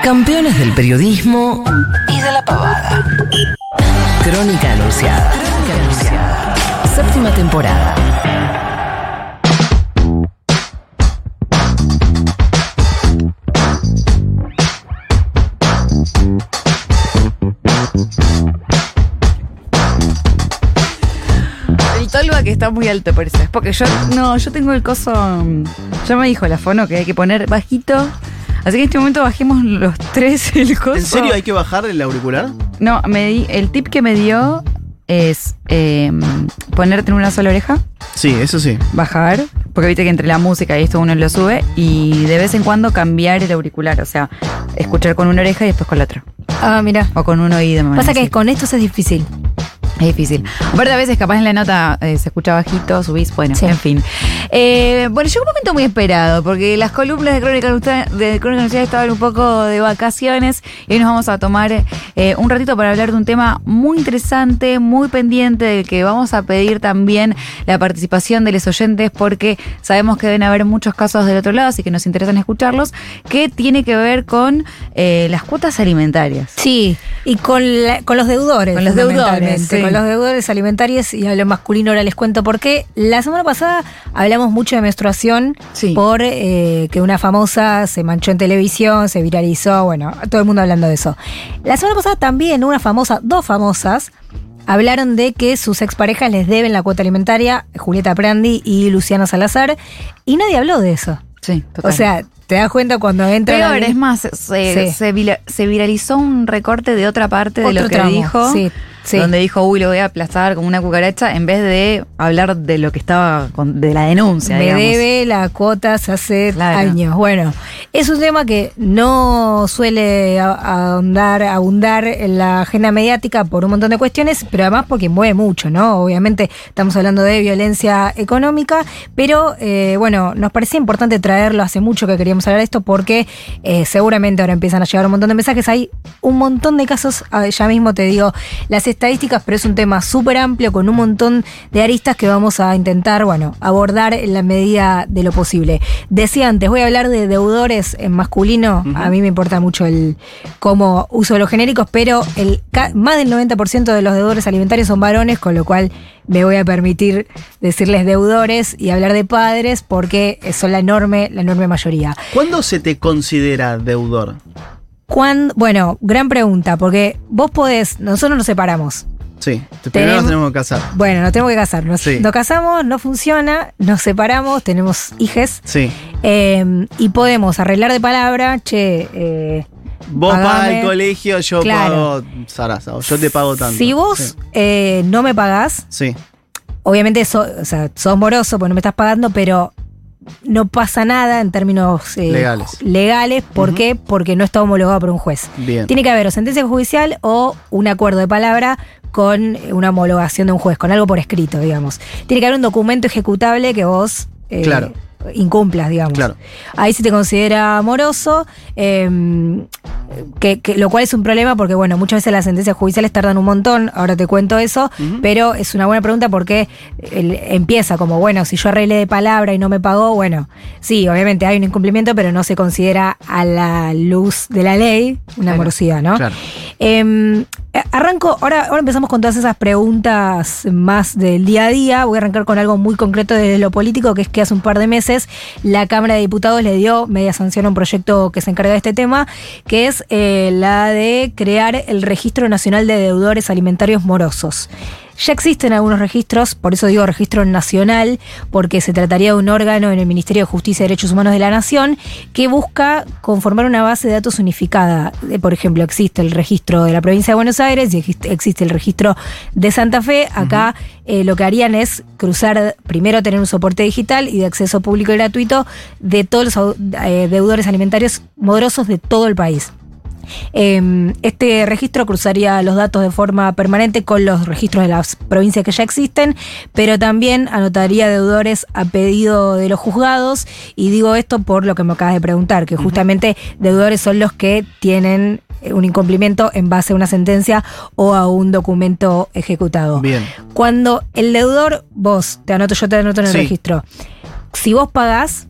Campeones del periodismo y de la pavada. Crónica anunciada. Séptima temporada. El tolva que está muy alto, parece. Es porque yo tengo el coso. Ya me dijo la fono que hay que poner bajito. Así que en este momento bajemos los tres el coso. ¿En serio hay que bajar el auricular? No, el tip que me dio es ponerte en una sola oreja. Sí, eso sí. Bajar, porque viste que entre la música y esto uno lo sube. Y de vez en cuando cambiar el auricular. O sea, escuchar con una oreja y después con la otra. Ah, mira. O con un oído. Pasa que con estos es difícil. Es difícil. Aparte, a veces capaz en la nota se escucha bajito, subís, bueno, Sí. en fin. Bueno, llegó un momento muy esperado, porque las columnas de Crónica Anunciada estaban un poco de vacaciones y hoy nos vamos a tomar un ratito para hablar de un tema muy interesante, muy pendiente, del que vamos a pedir también la participación de los oyentes, porque sabemos que deben haber muchos casos del otro lado, así que nos interesan escucharlos, que tiene que ver con las cuotas alimentarias. Sí, y con los deudores. Con los deudores, fundamentalmente, sí. Con los deudores alimentarios, y a lo masculino ahora les cuento por qué. La semana pasada hablamos mucho de menstruación, Sí. por que una famosa se manchó en televisión, se viralizó, bueno, todo el mundo hablando de eso. La semana pasada también dos famosas, hablaron de que sus exparejas les deben la cuota alimentaria, Julieta Prandi y Luciana Salazar, y nadie habló de eso. Sí, total. O sea, te das cuenta cuando entra... Peor, es más, se viralizó un recorte de otra parte de Otro lo que tramo, dijo, sí. donde dijo, uy, lo voy a aplastar como una cucaracha, en vez de hablar de lo que estaba, de la denuncia, Me digamos. debe la cuotas hace Claro. años. Bueno, es un tema que no suele abundar en la agenda mediática por un montón de cuestiones, pero además porque mueve mucho, ¿no? Obviamente estamos hablando de violencia económica, pero bueno, nos parecía importante traerlo, hace mucho que queríamos hablar de esto, porque seguramente ahora empiezan a llegar un montón de mensajes, hay un montón de casos, ya mismo te digo las estadísticas, pero es un tema súper amplio con un montón de aristas que vamos a intentar, bueno, abordar en la medida de lo posible. Decía antes, voy a hablar de deudores en masculino. Uh-huh. A mí me importa mucho el cómo uso los genéricos, pero más del 90% de los deudores alimentarios son varones, con lo cual me voy a permitir decirles deudores y hablar de padres porque son la enorme mayoría. ¿Cuándo se te considera deudor? Bueno, gran pregunta, porque vos nosotros nos separamos. Sí, primero nos tenemos que casar. Bueno, nos tenemos que casar. Nos casamos, no funciona, nos separamos, tenemos hijes. Sí. Y podemos arreglar de palabra, Vos pagame. pagás el colegio, yo pago Sarasa, o yo te pago tanto. Si vos no me pagás, Sí. obviamente sos moroso porque no me estás pagando, pero no pasa nada en términos legales. ¿Por qué? Porque no está homologado por un juez. Bien. Tiene que haber o sentencia judicial o un acuerdo de palabra con una homologación de un juez, con algo por escrito, digamos. Tiene que haber un documento ejecutable que vos incumplas, digamos. Claro. Ahí se te considera moroso, que lo cual es un problema porque, bueno, muchas veces las sentencias judiciales tardan un montón, ahora te cuento eso, pero es una buena pregunta porque empieza como, bueno, si yo arreglé de palabra y no me pagó, bueno, sí, obviamente hay un incumplimiento, pero no se considera a la luz de la ley una morosidad, ¿no? Claro. Arranco, ahora empezamos con todas esas preguntas más del día a día. Voy a arrancar con algo muy concreto de lo político, que es que hace un par de meses la Cámara de Diputados le dio media sanción a un proyecto que se encarga de este tema, que es la de crear el Registro Nacional de Deudores Alimentarios Morosos. Ya existen algunos registros, por eso digo registro nacional, porque se trataría de un órgano en el Ministerio de Justicia y Derechos Humanos de la Nación que busca conformar una base de datos unificada. Por ejemplo, existe el registro de la provincia de Buenos Aires y existe el registro de Santa Fe. Acá lo que harían es cruzar, primero tener un soporte digital y de acceso público y gratuito de todos los deudores alimentarios morosos de todo el país. Este registro cruzaría los datos de forma permanente con los registros de las provincias que ya existen, pero también anotaría deudores a pedido de los juzgados, y digo esto por lo que me acabas de preguntar, que justamente deudores son los que tienen un incumplimiento en base a una sentencia o a un documento ejecutado. Bien. Cuando el deudor, yo te anoto en el registro, si vos pagás,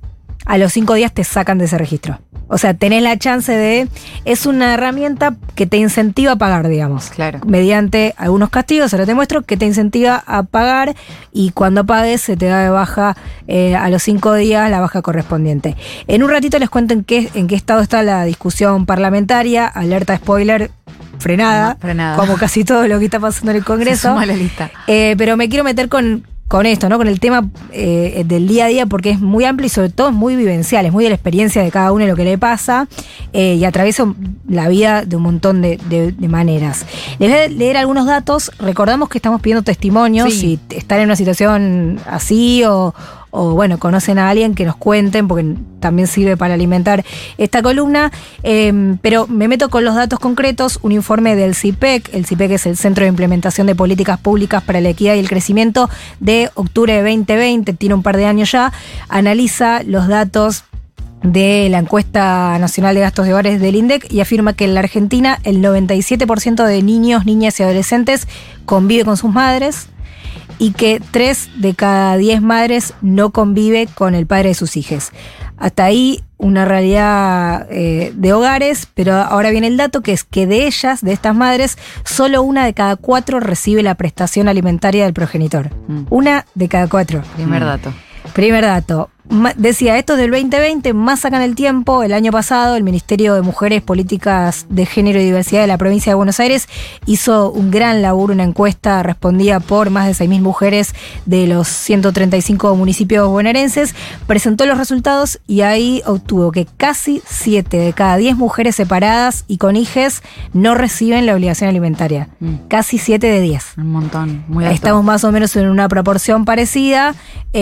a los 5 días te sacan de ese registro. O sea, tenés la chance de... Es una herramienta que te incentiva a pagar, digamos. Claro. Mediante algunos castigos, ahora te muestro, que te incentiva a pagar y cuando pagues se te da de baja a los 5 días la baja correspondiente. En un ratito les cuento en qué estado está la discusión parlamentaria. Alerta spoiler, frenada. Como casi todo lo que está pasando en el Congreso. Se suma a la lista. Pero me quiero meter con esto, ¿no? Con el tema del día a día, porque es muy amplio y sobre todo es muy vivencial, es muy de la experiencia de cada uno y lo que le pasa, y atraviesa la vida de un montón de maneras. Les voy a leer algunos datos. Recordamos que estamos pidiendo testimonios, si están en una situación así o bueno, conocen a alguien, que nos cuenten, porque también sirve para alimentar esta columna. Pero me meto con los datos concretos. Un informe del CIPEC. El CIPEC es el Centro de Implementación de Políticas Públicas para la Equidad y el Crecimiento, de octubre de 2020, tiene un par de años ya. Analiza los datos de la encuesta nacional de gastos de hogares del INDEC y afirma que en la Argentina el 97% de niños, niñas y adolescentes convive con sus madres, y que 3 de cada 10 madres no convive con el padre de sus hijos. Hasta ahí una realidad de hogares, pero ahora viene el dato, que es que de ellas, de estas madres, solo 1 de cada 4 recibe la prestación alimentaria del progenitor. 1 de cada 4. Primer dato. Decía, esto es del 2020, más sacan el tiempo. El año pasado el Ministerio de Mujeres, Políticas de Género y Diversidad de la provincia de Buenos Aires hizo un gran laburo, una encuesta respondida por más de 6.000 mujeres de los 135 municipios bonaerenses, presentó los resultados y ahí obtuvo que casi 7 de cada 10 mujeres separadas y con hijes no reciben la obligación alimentaria. Casi 7 de 10. Un montón, muy alto. Estamos más o menos en una proporción parecida,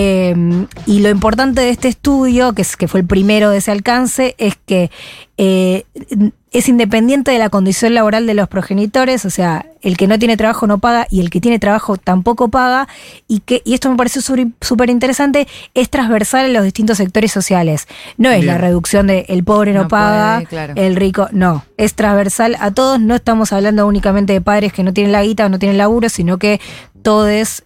y lo importante de este estudio, que fue el primero de ese alcance, es que es independiente de la condición laboral de los progenitores. O sea, el que no tiene trabajo no paga y el que tiene trabajo tampoco paga, y esto me pareció súper interesante, es transversal en los distintos sectores sociales. No es la reducción de el pobre no paga, puede, claro, el rico no. Es transversal a todos. No estamos hablando únicamente de padres que no tienen la guita o no tienen laburo, sino que todos,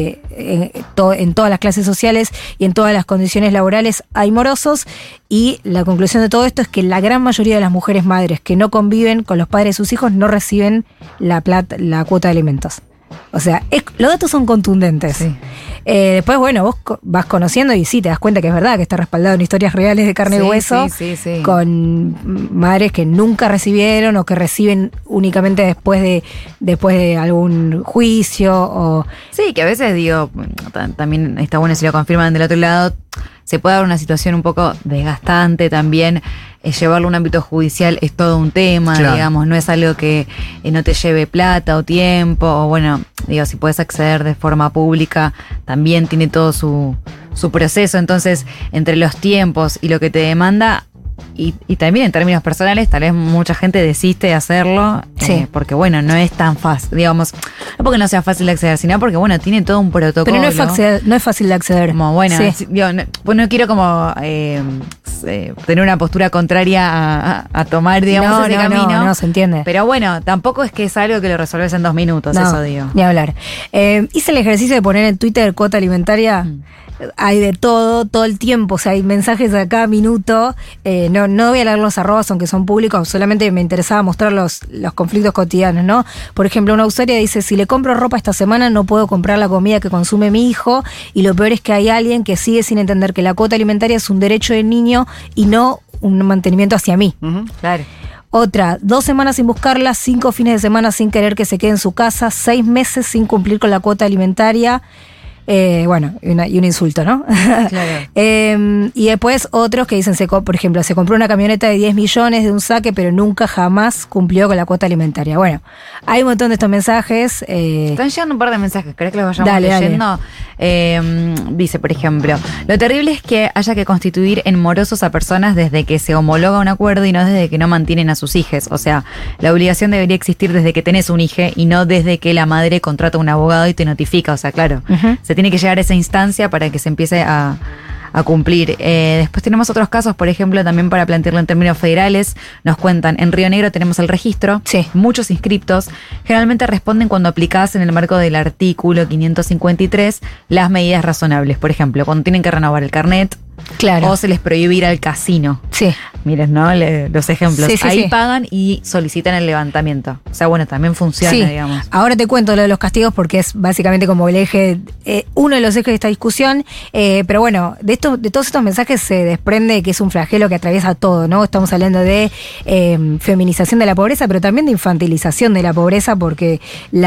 en todas las clases sociales y en todas las condiciones laborales hay morosos, y la conclusión de todo esto es que la gran mayoría de las mujeres madres que no conviven con los padres de sus hijos no reciben la cuota de alimentos. O sea, los datos son contundentes. Sí. Después, bueno, vos vas conociendo y sí, te das cuenta que es verdad, que está respaldado en historias reales de carne y hueso, con madres que nunca recibieron o que reciben únicamente después de algún juicio. Sí, que a veces digo, también está bueno si lo confirman del otro lado, se puede dar una situación un poco desgastante también. Llevarlo a un ámbito judicial es todo un tema, claro, digamos, no es algo que no te lleve plata o tiempo, o bueno, digo, si puedes acceder de forma pública, también tiene todo su proceso. Entonces, entre los tiempos y lo que te demanda, y también en términos personales, tal vez mucha gente desiste de hacerlo, porque bueno, no es tan fácil, digamos, no porque no sea fácil de acceder, sino porque bueno, tiene todo un protocolo. Pero no es fácil de acceder. Como bueno, digo, no quiero como tener una postura contraria a tomar, digamos, ese camino. No, se entiende. Pero bueno, tampoco es que es algo que lo resolves en 2 minutos, eso digo. Ni hablar. Hice el ejercicio de poner en Twitter cuota alimentaria. Hay de todo el tiempo, o sea, hay mensajes a cada minuto. No voy a leer los arrobas, aunque son públicos, solamente me interesaba mostrar los conflictos cotidianos, ¿no? Por ejemplo, una usuaria dice, si le compro ropa esta semana no puedo comprar la comida que consume mi hijo, y lo peor es que hay alguien que sigue sin entender que la cuota alimentaria es un derecho del niño y no un mantenimiento hacia mí. Claro. Otra, 2 semanas sin buscarla, 5 fines de semana sin querer que se quede en su casa, 6 meses sin cumplir con la cuota alimentaria. Bueno, y un insulto, ¿no? Claro. Y después otros que dicen, por ejemplo, se compró una camioneta de 10 millones de un saque, pero nunca jamás cumplió con la cuota alimentaria. Bueno, hay un montón de estos mensajes. Están llegando un par de mensajes, ¿querés que los vayamos leyendo? Dice, por ejemplo, lo terrible es que haya que constituir en morosos a personas desde que se homologa un acuerdo y no desde que no mantienen a sus hijos. O sea, la obligación debería existir desde que tenés un hijo y no desde que la madre contrata a un abogado y te notifica. O sea, claro, se tiene que llegar a esa instancia para que se empiece a cumplir. Después tenemos otros casos, por ejemplo, también para plantearlo en términos federales, nos cuentan, en Río Negro tenemos el registro, muchos inscriptos, generalmente responden cuando aplicás en el marco del artículo 553 las medidas razonables. Por ejemplo, cuando tienen que renovar el carnet, Claro. O se les prohíbe ir al casino. Sí. Miren, ¿no? Los ejemplos. Sí, sí, Ahí sí. pagan y solicitan el levantamiento. O sea, bueno, también funciona, Sí. digamos. Ahora te cuento lo de los castigos porque es básicamente como el eje, uno de los ejes de esta discusión. Pero bueno, de todos estos mensajes se desprende que es un flagelo que atraviesa todo, ¿no? Estamos hablando de feminización de la pobreza, pero también de infantilización de la pobreza, porque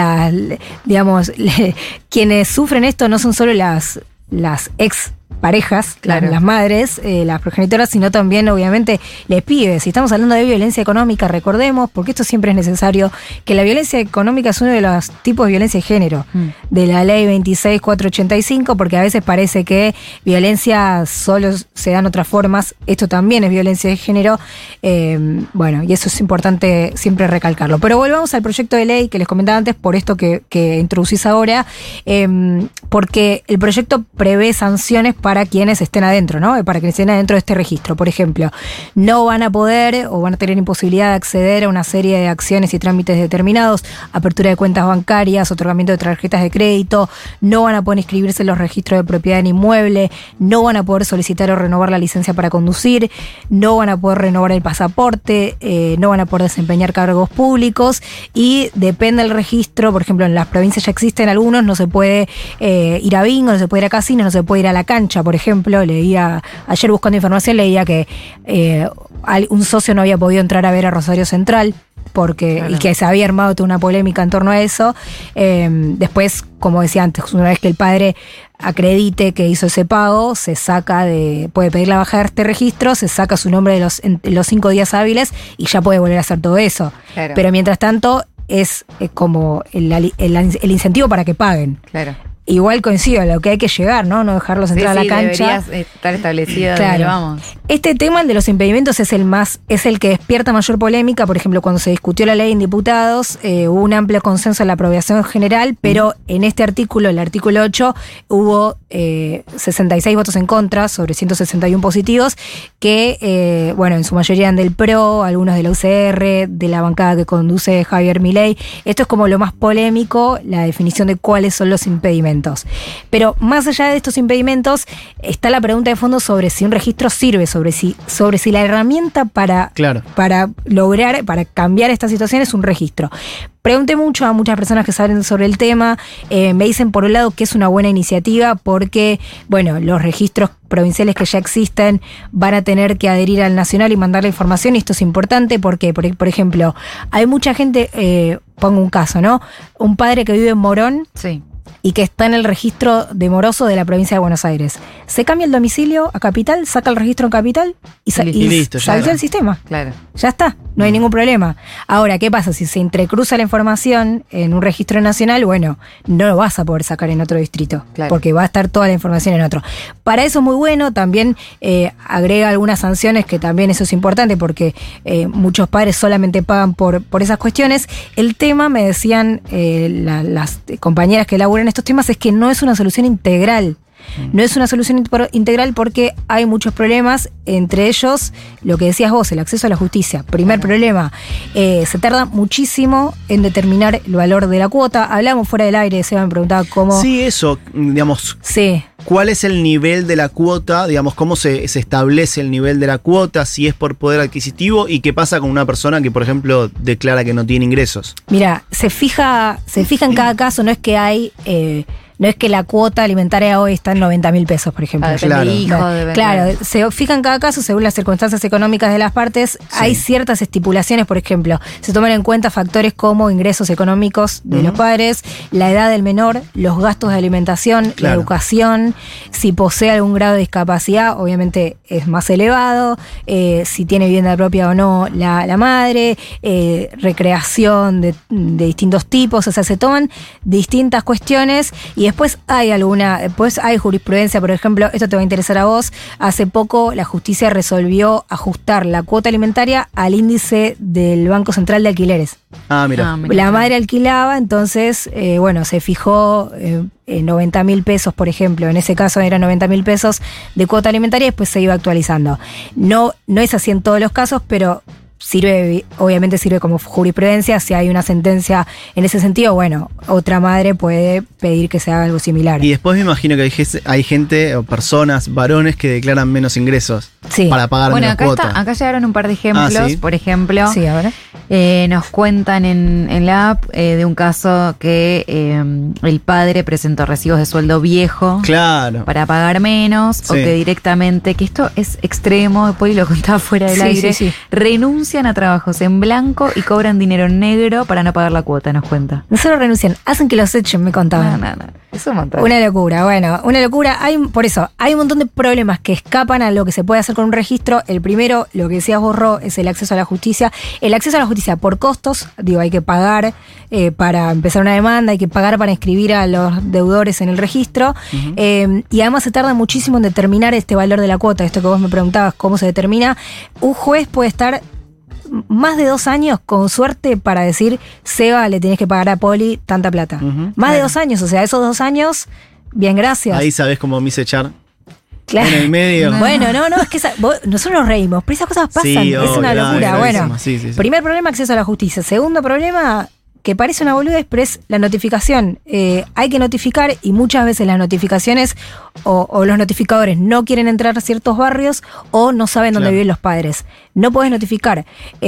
quienes sufren esto no son solo las ex parejas, Claro. las madres, las progenitoras, sino también, obviamente, les pibes. Si estamos hablando de violencia económica, recordemos, porque esto siempre es necesario, que la violencia económica es uno de los tipos de violencia de género, de la ley 26.485, porque a veces parece que violencia solo se dan otras formas, esto también es violencia de género, bueno, y eso es importante siempre recalcarlo. Pero volvamos al proyecto de ley que les comentaba antes, por esto que introducís ahora, porque el proyecto prevé sanciones para quienes estén adentro, ¿no? Para quienes estén adentro de este registro. Por ejemplo, no van a poder o van a tener imposibilidad de acceder a una serie de acciones y trámites determinados, apertura de cuentas bancarias, otorgamiento de tarjetas de crédito, no van a poder inscribirse en los registros de propiedad en inmueble, no van a poder solicitar o renovar la licencia para conducir, no van a poder renovar el pasaporte, no van a poder desempeñar cargos públicos y depende del registro. Por ejemplo, en las provincias ya existen algunos, no se puede ir a bingo, no se puede ir a casinos, no se puede ir a la cancha, por ejemplo. Ayer buscando información leía que un socio no había podido entrar a ver a Rosario Central Claro. y que se había armado toda una polémica en torno a eso. Después, como decía antes, una vez que el padre acredite que hizo ese pago, puede pedir la baja de este registro, se saca su nombre de los 5 días hábiles y ya puede volver a hacer todo eso. Claro. Pero mientras tanto es como el incentivo para que paguen. Claro. Igual coincido, a lo que hay que llegar, ¿no? No dejarlos entrar a la cancha. Debería estar establecido Claro. donde vamos. Este tema, el de los impedimentos, es el que despierta mayor polémica. Por ejemplo, cuando se discutió la ley en diputados, hubo un amplio consenso en la aprobación general, pero en este artículo, el artículo 8, hubo 66 votos en contra sobre 161 positivos, que, en su mayoría eran del PRO, algunos de la UCR, de la bancada que conduce Javier Milei. Esto es como lo más polémico, la definición de cuáles son los impedimentos. Pero más allá de estos impedimentos, está la pregunta de fondo sobre si un registro sirve, sobre si la herramienta para lograr, para cambiar esta situación es un registro. Pregunté mucho a muchas personas que saben sobre el tema, me dicen por un lado que es una buena iniciativa porque, los registros provinciales que ya existen van a tener que adherir al nacional y mandar la información, y esto es importante porque, por ejemplo, hay mucha gente, pongo un caso, ¿no? Un padre que vive en Morón, Sí. y que está en el registro de moroso de la provincia de Buenos Aires. Se cambia el domicilio a Capital, saca el registro en Capital y listo, ya salió está. el sistema. Claro. Ya está, no hay ningún problema. Ahora, ¿qué pasa? Si se entrecruza la información en un registro nacional, no lo vas a poder sacar en otro distrito, Claro. porque va a estar toda la información en otro. Para eso es muy bueno, también agrega algunas sanciones, que también eso es importante, porque muchos padres solamente pagan por esas cuestiones. El tema, me decían las compañeras que laburan estos temas, es que no es una solución integral. No es una solución integral porque hay muchos problemas, entre ellos lo que decías vos, el acceso a la justicia. Primer problema, se tarda muchísimo en determinar el valor de la cuota. Hablamos fuera del aire, se me preguntaba cómo... Sí, eso, digamos, Sí. ¿cuál es el nivel de la cuota? Digamos, ¿cómo se establece el nivel de la cuota? Si es por poder adquisitivo, y qué pasa con una persona que, por ejemplo, declara que no tiene ingresos. Mira, se fija en cada caso, no es que la cuota alimentaria hoy está en 90.000 pesos, por ejemplo. Depende Claro. de hijo, depende. Claro, se fija en cada caso según las circunstancias económicas de las partes. Hay ciertas estipulaciones, por ejemplo, se toman en cuenta factores como ingresos económicos de los padres, la edad del menor, los gastos de alimentación, la Claro. educación, si posee algún grado de discapacidad, obviamente es más elevado, si tiene vivienda propia o no la madre, recreación de distintos tipos, o sea, se toman distintas cuestiones. Y después hay jurisprudencia, por ejemplo, esto te va a interesar a vos. Hace poco la justicia resolvió ajustar la cuota alimentaria al índice del Banco Central de Alquileres. Ah, mira. La madre alquilaba, entonces, se fijó 90.000 pesos, por ejemplo. En ese caso eran 90.000 pesos de cuota alimentaria y después se iba actualizando. No es así en todos los casos, pero obviamente sirve como jurisprudencia. Si hay una sentencia en ese sentido, bueno, otra madre puede pedir que se haga algo similar. Y después me imagino que hay gente o personas, varones, que declaran menos ingresos para pagar menos cuota. Acá llegaron un par de ejemplos. ¿Sí? Por ejemplo, ahora nos cuentan en la app de un caso que el padre presentó recibos de sueldo viejo para pagar menos, o que directamente, que esto es extremo, Poli lo contaba fuera del aire, renuncian a trabajos en blanco y cobran dinero en negro para no pagar la cuota, nos cuenta. No solo renuncian, hacen que los echen, me contaban. No. Es un montón. Una locura, una locura. Por eso, hay un montón de problemas que escapan a lo que se puede hacer con un registro. El primero, lo que decías vos, Ro, es el acceso a la justicia. El acceso a la justicia por costos, hay que pagar para empezar una demanda, hay que pagar para inscribir a los deudores en el registro. Y además se tarda muchísimo en determinar este valor de la cuota. Esto que vos me preguntabas, ¿cómo se determina? Un juez puede estar más de 2 años, con suerte, para decir, Seba, le tenés que pagar a Poli tanta plata. Más de 2 años, o sea, esos 2 años, bien, gracias. Ahí sabés cómo me hice echar. Claro. En el medio. Bueno, es que nosotros nos reímos, pero esas cosas pasan, es una locura. Bueno, primer problema, acceso a la justicia. Segundo problema, que parece una boludez, pero es la notificación. Hay que notificar, y muchas veces las notificaciones o los notificadores no quieren entrar a ciertos barrios o no saben dónde viven los padres. No podés notificar.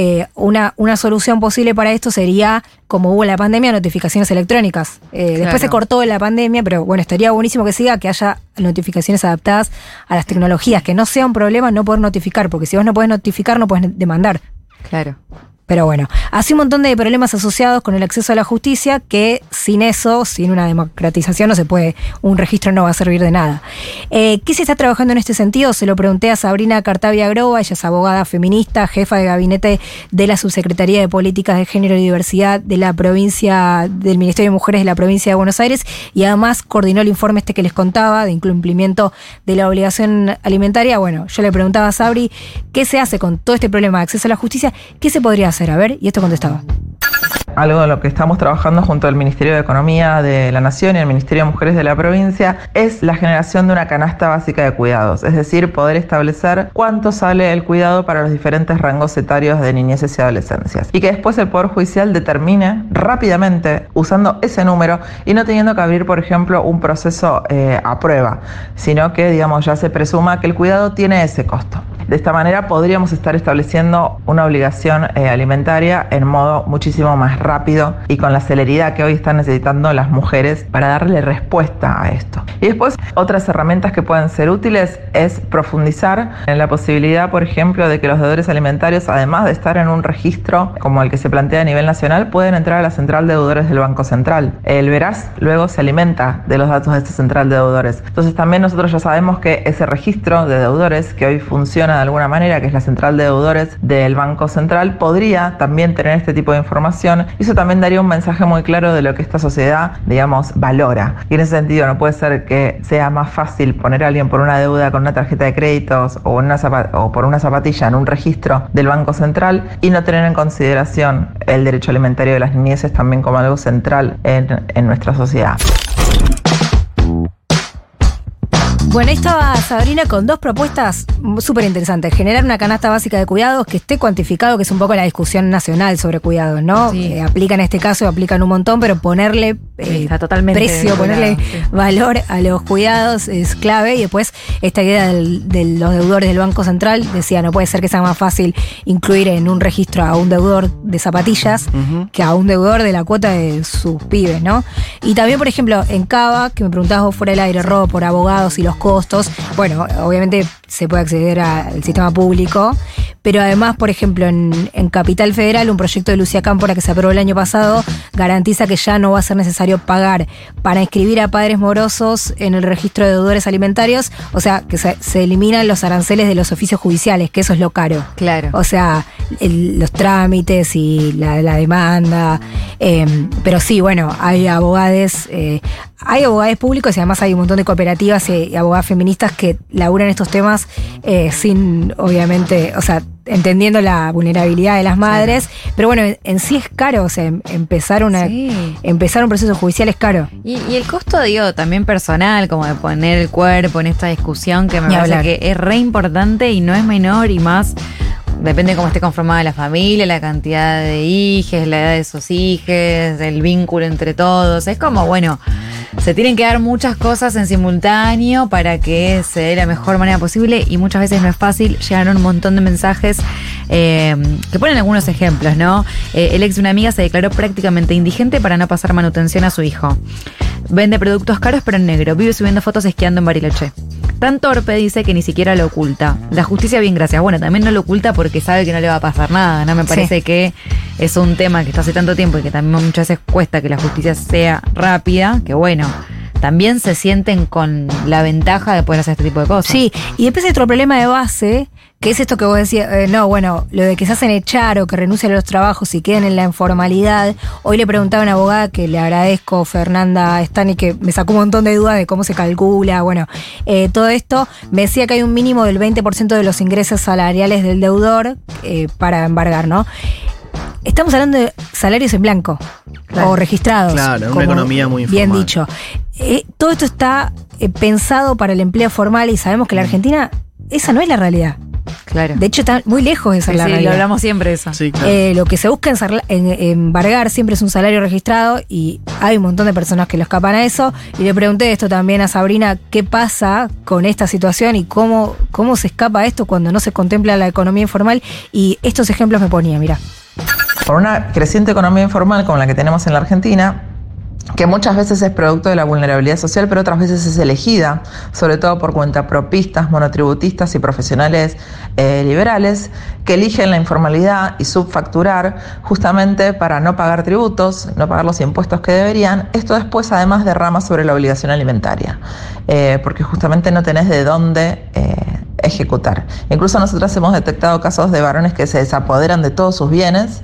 Una solución posible para esto sería, como hubo en la pandemia, notificaciones electrónicas. Después se cortó en la pandemia, pero bueno, estaría buenísimo que siga, que haya notificaciones adaptadas a las tecnologías, que no sea un problema no poder notificar, porque si vos no podés notificar, no podés demandar. Claro. Pero bueno, hace un montón de problemas asociados con el acceso a la justicia que sin eso, sin una democratización, no se puede, un registro no va a servir de nada. ¿Qué se está trabajando en este sentido? Se lo pregunté a Sabrina Cartavia Groba, ella es abogada feminista, jefa de gabinete de la Subsecretaría de Políticas de Género y Diversidad de la provincia, del Ministerio de Mujeres de la provincia de Buenos Aires, y además coordinó el informe que les contaba de incumplimiento de la obligación alimentaria. Bueno, yo le preguntaba a Sabri, ¿qué se hace con todo este problema de acceso a la justicia? ¿Qué se podría hacer? A ver, y esto contestaba. Algo de lo que estamos trabajando junto al Ministerio de Economía de la Nación y el Ministerio de Mujeres de la provincia es la generación de una canasta básica de cuidados, es decir, poder establecer cuánto sale el cuidado para los diferentes rangos etarios de niñeces y adolescencias, y que después el Poder Judicial determine rápidamente usando ese número y no teniendo que abrir, por ejemplo, un proceso a prueba, sino que, digamos, ya se presuma que el cuidado tiene ese costo. De esta manera podríamos estar estableciendo una obligación alimentaria en modo muchísimo más rápido y con la celeridad que hoy están necesitando las mujeres para darle respuesta a esto. Y después, otras herramientas que pueden ser útiles es profundizar en la posibilidad, por ejemplo, de que los deudores alimentarios, además de estar en un registro como el que se plantea a nivel nacional, pueden entrar a la central de deudores del Banco Central. El Veraz luego se alimenta de los datos de esta central de deudores. Entonces también nosotros ya sabemos que ese registro de deudores que hoy funciona de alguna manera, que es la central de deudores del Banco Central, podría también tener este tipo de información, y eso también daría un mensaje muy claro de lo que esta sociedad, digamos, valora. Y en ese sentido no puede ser que sea más fácil poner a alguien por una deuda con una tarjeta de créditos o por una zapatilla en un registro del Banco Central y no tener en consideración el derecho alimentario de las niñeces también como algo central en nuestra sociedad. Bueno, ahí estaba Sabrina con 2 propuestas súper interesantes. Generar una canasta básica de cuidados que esté cuantificado, que es un poco la discusión nacional sobre cuidados, ¿no? Sí. Aplica en este caso, aplican un montón, pero ponerle está totalmente precio, ponerle valor a los cuidados es clave. Y después esta idea de los deudores del Banco Central, decía, no puede ser que sea más fácil incluir en un registro a un deudor de zapatillas que a un deudor de la cuota de sus pibes, ¿no? Y también, por ejemplo, en Cava, que me preguntabas vos fuera del aire, Ro, por abogados y los costos, bueno, obviamente se puede acceder al sistema público, pero además, por ejemplo, en Capital Federal, un proyecto de Lucía Cámpora que se aprobó el año pasado garantiza que ya no va a ser necesario pagar para inscribir a padres morosos en el registro de deudores alimentarios, o sea, que se eliminan los aranceles de los oficios judiciales, que eso es lo caro. Claro. O sea, los trámites y la demanda, pero sí, bueno, hay abogados públicos y además hay un montón de cooperativas y abogadas feministas que laburan estos temas sin, obviamente, o sea, entendiendo la vulnerabilidad de las madres, pero bueno, en sí es caro, o sea, empezar un proceso judicial es caro. Y el costo, digo, también personal, como de poner el cuerpo en esta discusión, que me parece que es re importante y no es menor, y más depende de cómo esté conformada la familia, la cantidad de hijos, la edad de sus hijos, el vínculo entre todos. Es como, bueno, se tienen que dar muchas cosas en simultáneo para que se dé la mejor manera posible y muchas veces no es fácil. Llegaron un montón de mensajes que ponen algunos ejemplos, ¿no? El ex de una amiga se declaró prácticamente indigente para no pasar manutención a su hijo. Vende productos caros pero en negro. Vive subiendo fotos esquiando en Bariloche. Tan torpe, dice, que ni siquiera lo oculta. La justicia, bien, gracias. Bueno, también no lo oculta porque sabe que no le va a pasar nada, ¿no? Me parece que es un tema que está hace tanto tiempo y que también muchas veces cuesta que la justicia sea rápida, que bueno, también se sienten con la ventaja de poder hacer este tipo de cosas. Sí, y después hay otro problema de base, que es esto que vos decías, lo de que se hacen echar o que renuncian a los trabajos y queden en la informalidad. Hoy le preguntaba a una abogada que le agradezco, Fernanda Stani, que me sacó un montón de dudas de cómo se calcula, todo esto. Me decía que hay un mínimo del 20% de los ingresos salariales del deudor para embargar, ¿no? Estamos hablando de salarios en blanco, claro, o registrados. Claro, una economía muy informal. Bien dicho. Todo esto está pensado para el empleo formal y sabemos que en la Argentina esa no es la realidad. Claro. De hecho, está muy lejos de ser la realidad. Lo hablamos siempre de eso. Sí, claro. Lo que se busca embargar siempre es un salario registrado y hay un montón de personas que lo escapan a eso. Y le pregunté esto también a Sabrina, ¿qué pasa con esta situación y cómo se escapa esto cuando no se contempla la economía informal? Y estos ejemplos me ponía, mirá. Por una creciente economía informal como la que tenemos en la Argentina, que muchas veces es producto de la vulnerabilidad social, pero otras veces es elegida, sobre todo por cuentapropistas, monotributistas y profesionales liberales, que eligen la informalidad y subfacturar justamente para no pagar tributos, no pagar los impuestos que deberían. Esto después además derrama sobre la obligación alimentaria, porque justamente no tenés de dónde ejecutar. Incluso nosotros hemos detectado casos de varones que se desapoderan de todos sus bienes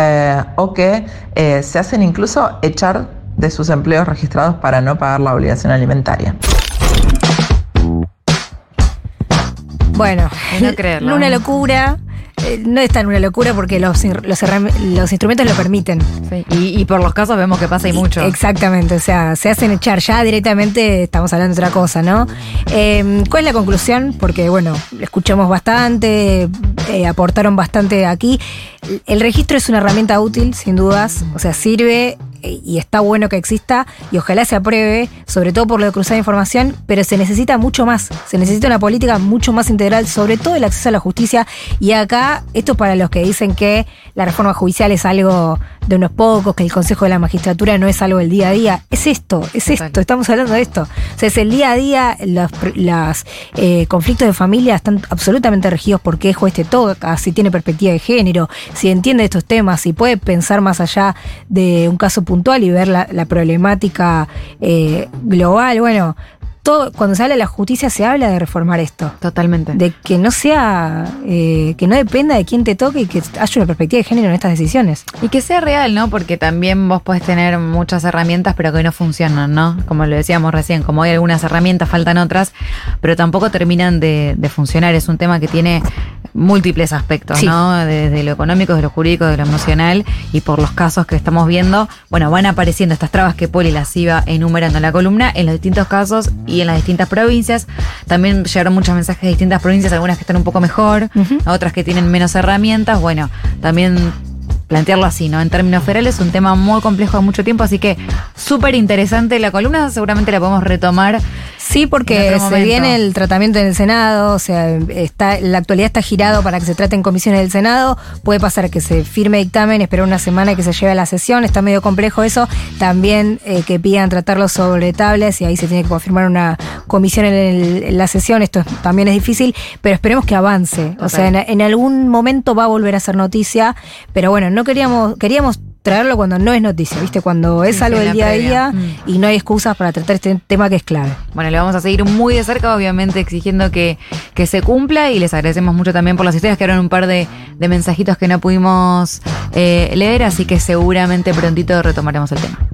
o que se hacen incluso echar de sus empleos registrados para no pagar la obligación alimentaria. Bueno, no creerlo. Una locura. No es tan una locura porque los instrumentos lo permiten. Sí. Y por los casos vemos que pasa y mucho. Exactamente, o sea, se hacen echar ya directamente, estamos hablando de otra cosa, ¿no? ¿Cuál es la conclusión? Porque, escuchamos bastante, aportaron bastante aquí. El registro es una herramienta útil, sin dudas, o sea, sirve y está bueno que exista y ojalá se apruebe, sobre todo por lo de cruzar información, pero se necesita mucho más, se necesita una política mucho más integral, sobre todo el acceso a la justicia. Y acá, esto para los que dicen que la reforma judicial es algo de unos pocos, que el Consejo de la Magistratura no es algo del día a día, es esto, estamos hablando de esto. O sea, es el día a día, los conflictos de familia están absolutamente regidos por qué juez te toca, si tiene perspectiva de género, si entiende estos temas, si puede pensar más allá de un caso puntual y ver la problemática global. Todo, cuando se habla de la justicia se habla de reformar esto. Totalmente. De que no sea, que no dependa de quién te toque y que haya una perspectiva de género en estas decisiones. Y que sea real, ¿no? Porque también vos podés tener muchas herramientas pero que no funcionan, ¿no? Como lo decíamos recién, como hay algunas herramientas, faltan otras, pero tampoco terminan de funcionar. Es un tema que tiene múltiples aspectos, sí, ¿no? Desde lo económico, de lo jurídico, de lo emocional, y por los casos que estamos viendo, van apareciendo estas trabas que Poli las iba enumerando en la columna en los distintos casos y en las distintas provincias. También llegaron muchos mensajes de distintas provincias, algunas que están un poco mejor, otras que tienen menos herramientas. También plantearlo así, ¿no? En términos federales, un tema muy complejo de mucho tiempo, así que súper interesante la columna, seguramente la podemos retomar. Sí, porque se viene el tratamiento en el Senado, o sea, la actualidad está girado para que se trate en comisiones del Senado, puede pasar que se firme dictamen, esperar una semana y que se lleve a la sesión, está medio complejo eso, también que pidan tratarlo sobre tablets y ahí se tiene que confirmar una comisión en la sesión, esto también es difícil, pero esperemos que avance. Total. O sea, en algún momento va a volver a ser noticia, pero no queríamos traerlo cuando no es noticia, ¿viste? Cuando es algo del día a día y no hay excusas para tratar este tema que es clave. Le vamos a seguir muy de cerca, obviamente exigiendo que se cumpla, y les agradecemos mucho también por las historias, que eran un par de mensajitos que no pudimos leer, así que seguramente prontito retomaremos el tema.